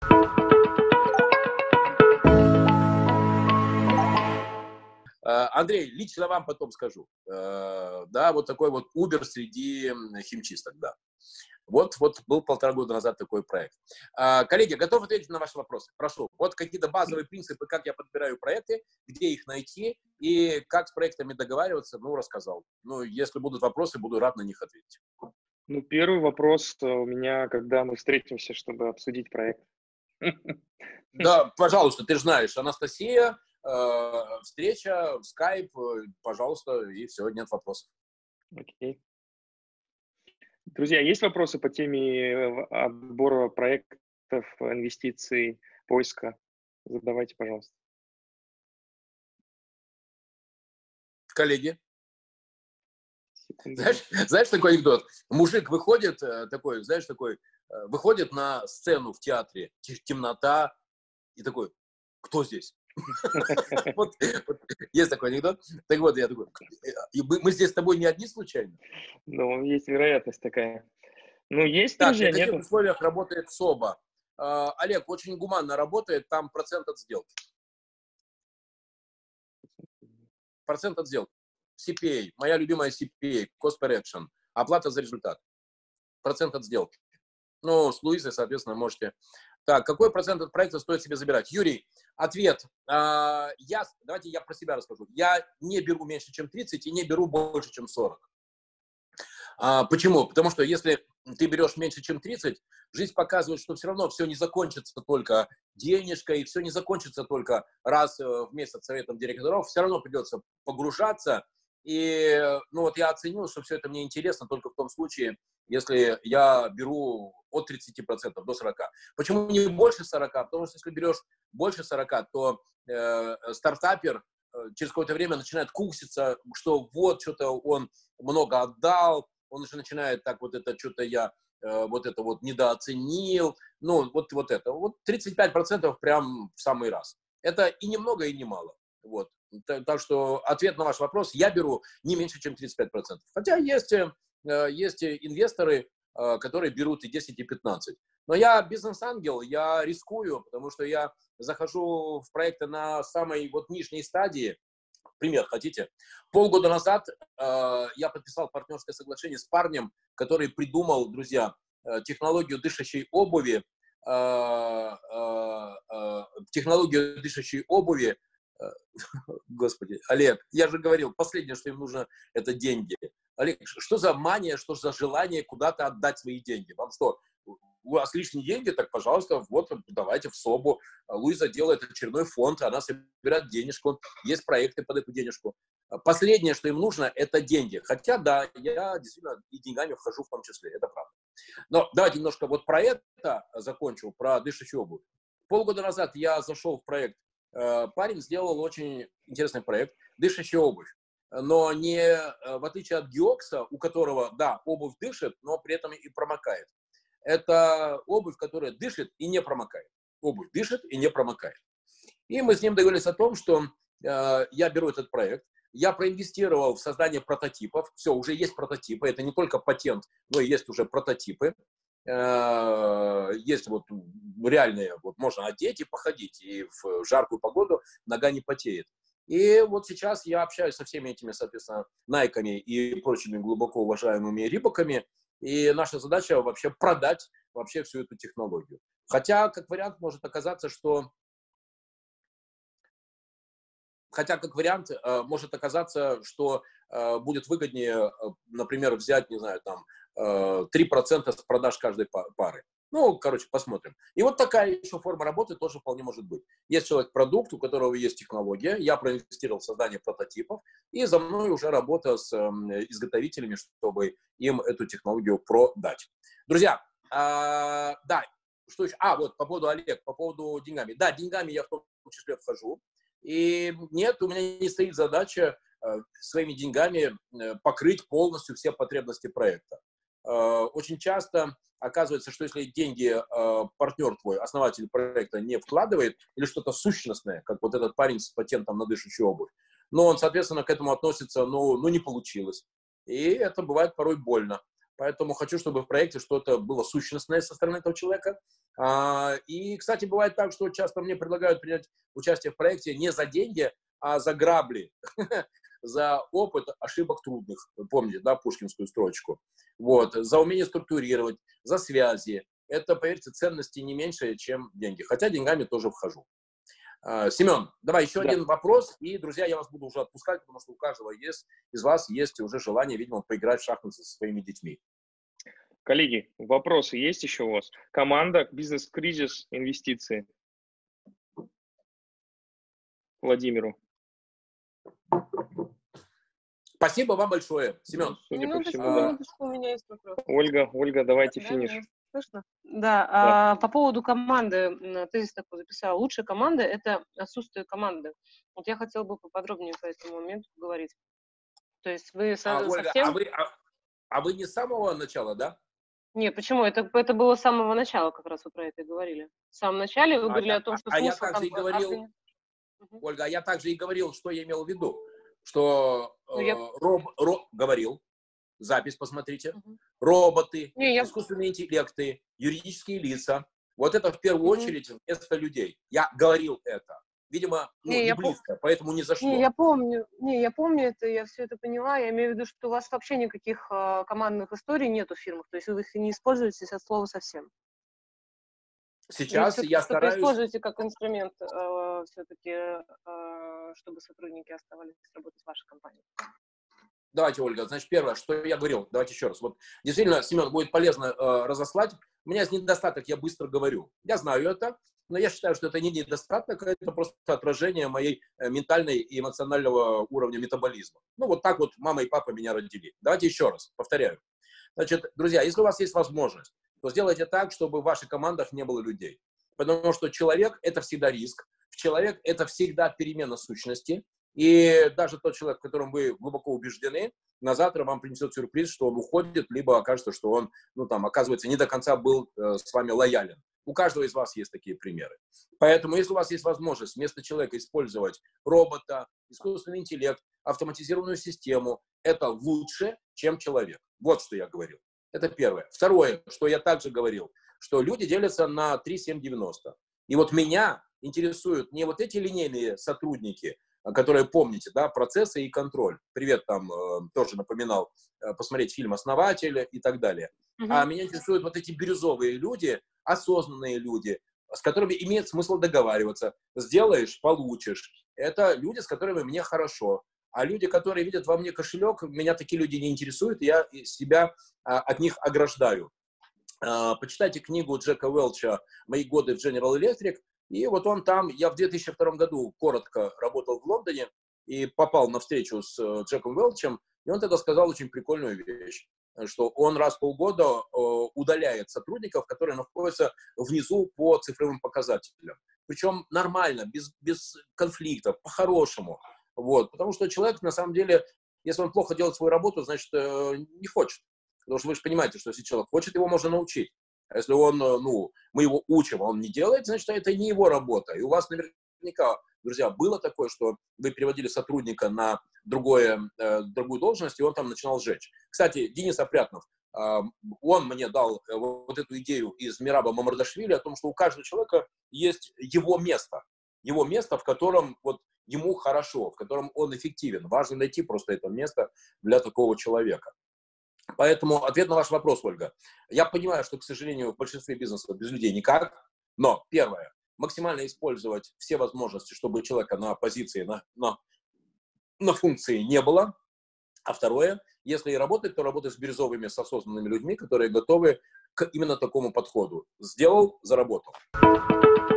Андрей, лично вам потом скажу. Да, вот такой вот Uber среди химчисток, да. Вот был 1,5 года назад такой проект. Коллеги, готов ответить на ваши вопросы? Прошу. Вот какие-то базовые принципы, как я подбираю проекты, где их найти и как с проектами договариваться, рассказал. Если будут вопросы, буду рад на них ответить. Первый вопрос у меня, когда мы встретимся, чтобы обсудить проект. Да, пожалуйста, ты же знаешь, Анастасия, встреча, скайп, пожалуйста, и все, нет вопросов. Окей. Друзья, есть вопросы по теме отбора проектов, инвестиций, поиска? Задавайте, пожалуйста. Коллеги? Знаешь такой анекдот? Мужик выходит, выходит на сцену в театре, темнота, и такой, кто здесь? Есть такой анекдот. Так вот, я такой, мы здесь с тобой не одни случайно? Есть вероятность такая. Есть, Так, друзья, при каких нету? условиях работает СОБА? Олег, очень гуманно работает, там процент от сделки. Процент от сделки. CPA, моя любимая CPA, Cost Per Action, оплата за результат. Процент от сделки. С Луизой, соответственно, можете. Так, какой процент от проекта стоит себе забирать? Юрий, ответ. Давайте я про себя расскажу. Я не беру меньше, чем 30 и не беру больше, чем 40. Почему? Потому что если ты берешь меньше, чем 30, жизнь показывает, что все равно все не закончится только денежкой, все не закончится только раз в месяц советом директоров, все равно придется погружаться. И я оценил, что все это мне интересно только в том случае, если я беру от 30% до 40%. Почему не больше 40%? Потому что если берешь больше 40%, то стартапер через какое-то время начинает кукситься, что вот что-то он много отдал, он уже начинает так что-то я недооценил, вот это. Вот 35% прям в самый раз. Это и немного, и немало. Вот. Так что ответ на ваш вопрос, я беру не меньше, чем 35%. Хотя есть инвесторы, которые берут и 10, и 15. Но я бизнес-ангел, я рискую, потому что я захожу в проекты на самой нижней стадии. Пример хотите? Полгода назад я подписал партнерское соглашение с парнем, который придумал, друзья, технологию дышащей обуви. Господи, Олег, я же говорил, последнее, что им нужно, это деньги. Олег, что за мания, что за желание куда-то отдать свои деньги? Вам что, у вас лишние деньги? Так, пожалуйста, давайте в СОБу. Луиза делает очередной фонд, она собирает денежку, есть проекты под эту денежку. Последнее, что им нужно, это деньги. Хотя, да, я действительно и деньгами вхожу в том числе, это правда. Но давайте немножко про это закончу, про дышащую обувь. Полгода назад я зашел в проект, парень сделал очень интересный проект «Дышащая обувь». Но не в отличие от Геокса, у которого, да, обувь дышит, но при этом и промокает. Это обувь, которая дышит и не промокает. Обувь дышит и не промокает. И мы с ним договорились о том, что я беру этот проект, я проинвестировал в создание прототипов. Все, уже есть прототипы. Это не только патент, но и есть уже прототипы. Есть реальные, можно одеть и походить. И в жаркую погоду нога не потеет. И сейчас я общаюсь со всеми этими, соответственно, Найками и прочими глубоко уважаемыми Рибоками. И наша задача вообще продать вообще всю эту технологию. Хотя, как вариант, может оказаться, что будет выгоднее, например, взять, 3% с продаж каждой пары. Посмотрим. И такая еще форма работы тоже вполне может быть. Есть человек-продукт, у которого есть технология, я проинвестировал в создание прототипов, и за мной уже работа с изготовителями, чтобы им эту технологию продать. Друзья, да, что еще? По поводу, Олег, по поводу деньгами. Да, деньгами я в том числе вхожу. И нет, у меня не стоит задача своими деньгами покрыть полностью все потребности проекта. Очень часто оказывается, что если деньги партнер твой, основатель проекта, не вкладывает, или что-то сущностное, как этот парень с патентом на дышащую обувь, но он, соответственно, к этому относится, не получилось. И это бывает порой больно. Поэтому хочу, чтобы в проекте что-то было сущностное со стороны этого человека. И, кстати, бывает так, что часто мне предлагают принять участие в проекте не за деньги, а за грабли, за опыт ошибок трудных. Вы помните, да, пушкинскую строчку? Вот, за умение структурировать, за связи. Это, поверьте, ценности не меньше, чем деньги. Хотя деньгами тоже вхожу. Семен, давай еще Да. один вопрос. И, друзья, я вас буду уже отпускать, потому что у каждого из вас есть уже желание, видимо, поиграть в шахматы со своими детьми. Коллеги, вопросы есть еще у вас? Команда, бизнес-кризис, инвестиции. Владимиру. Спасибо вам большое, Семен. Судя по всему, да. Минуточку, у меня есть вопрос. Ольга, давайте Да, финиш. меня слышно? Да, по поводу команды, тезис такой записала. Лучшая команда – это отсутствие команды. Вот я хотела бы поподробнее по этому моменту поговорить. То есть вы Ольга, совсем… вы не с самого начала, да? Нет, почему? Это было с самого начала, как раз вы про это и говорили. В самом начале вы говорили о том, что я смысл… также и говорил, Ольга, я также и говорил, что я имел в виду, что говорил, запись посмотрите, роботы, искусственные интеллекты, юридические лица, вот это в первую очередь вместо людей. Я говорил это. Видимо, не близко, поэтому не зашло. Я помню это, я все это поняла. Я имею в виду, что у вас вообще никаких командных историй нету в фирмах, то есть вы их не используете от слова совсем. Сейчас я стараюсь… Вы используете как инструмент все-таки, чтобы сотрудники оставались работать в вашей компании. Давайте, Ольга, значит, первое, что я говорил, давайте еще раз. Вот действительно, Семен, будет полезно разослать. У меня есть недостаток, я быстро говорю. Я знаю это, но я считаю, что это не недостаток, это просто отражение моей ментальной и эмоционального уровня метаболизма. Ну, вот так вот мама и папа меня родили. Давайте еще раз, повторяю. Значит, друзья, если у вас есть возможность, то сделайте так, чтобы в ваших командах не было людей. Потому что человек – это всегда риск. Человек – это всегда перемена сущности. И даже тот человек, в котором вы глубоко убеждены, на завтра вам принесет сюрприз, что он уходит, либо окажется, что он, оказывается, не до конца был с вами лоялен. У каждого из вас есть такие примеры. Поэтому, если у вас есть возможность вместо человека использовать робота, искусственный интеллект, автоматизированную систему, это лучше, чем человек. Вот что я говорил. Это первое. Второе, что я также говорил, что люди делятся на 3, 7, 90. И вот меня интересуют не вот эти линейные сотрудники, которые, помните, да, процессы и контроль. Привет, там тоже напоминал посмотреть фильм «Основатель» и так далее. А меня интересуют вот эти бирюзовые люди, осознанные люди, с которыми имеет смысл договариваться. Сделаешь – получишь. Это люди, с которыми мне хорошо. А люди, которые видят во мне кошелек, меня такие люди не интересуют, и я себя от них ограждаю. Почитайте книгу Джека Уэлча «Мои годы в General Electric». И вот он там, я в 2002 году коротко работал в Лондоне и попал на встречу с Джеком Уэлчем, и он тогда сказал очень прикольную вещь, что он раз в полгода удаляет сотрудников, которые находятся внизу по цифровым показателям. Причем нормально, без конфликтов, по-хорошему. Вот. Потому что человек, на самом деле, если он плохо делает свою работу, значит, не хочет. Потому что вы же понимаете, что если человек хочет, его можно научить. А если он, мы его учим, а он не делает, значит, это не его работа. И у вас наверняка, друзья, было такое, что вы переводили сотрудника на другую должность, и он там начинал жечь. Кстати, Денис Опрятнов, он мне дал вот эту идею из Мираба Мамардашвили о том, что у каждого человека есть его место, в котором вот ему хорошо, в котором он эффективен. Важно найти просто это место для такого человека. Поэтому ответ на ваш вопрос, Ольга. Я понимаю, что, к сожалению, в большинстве бизнесов без людей никак, но первое, максимально использовать все возможности, чтобы человека на позиции, на функции не было. А второе, если и работать, то работать с бирюзовыми, с осознанными людьми, которые готовы к именно такому подходу. Сделал, заработал.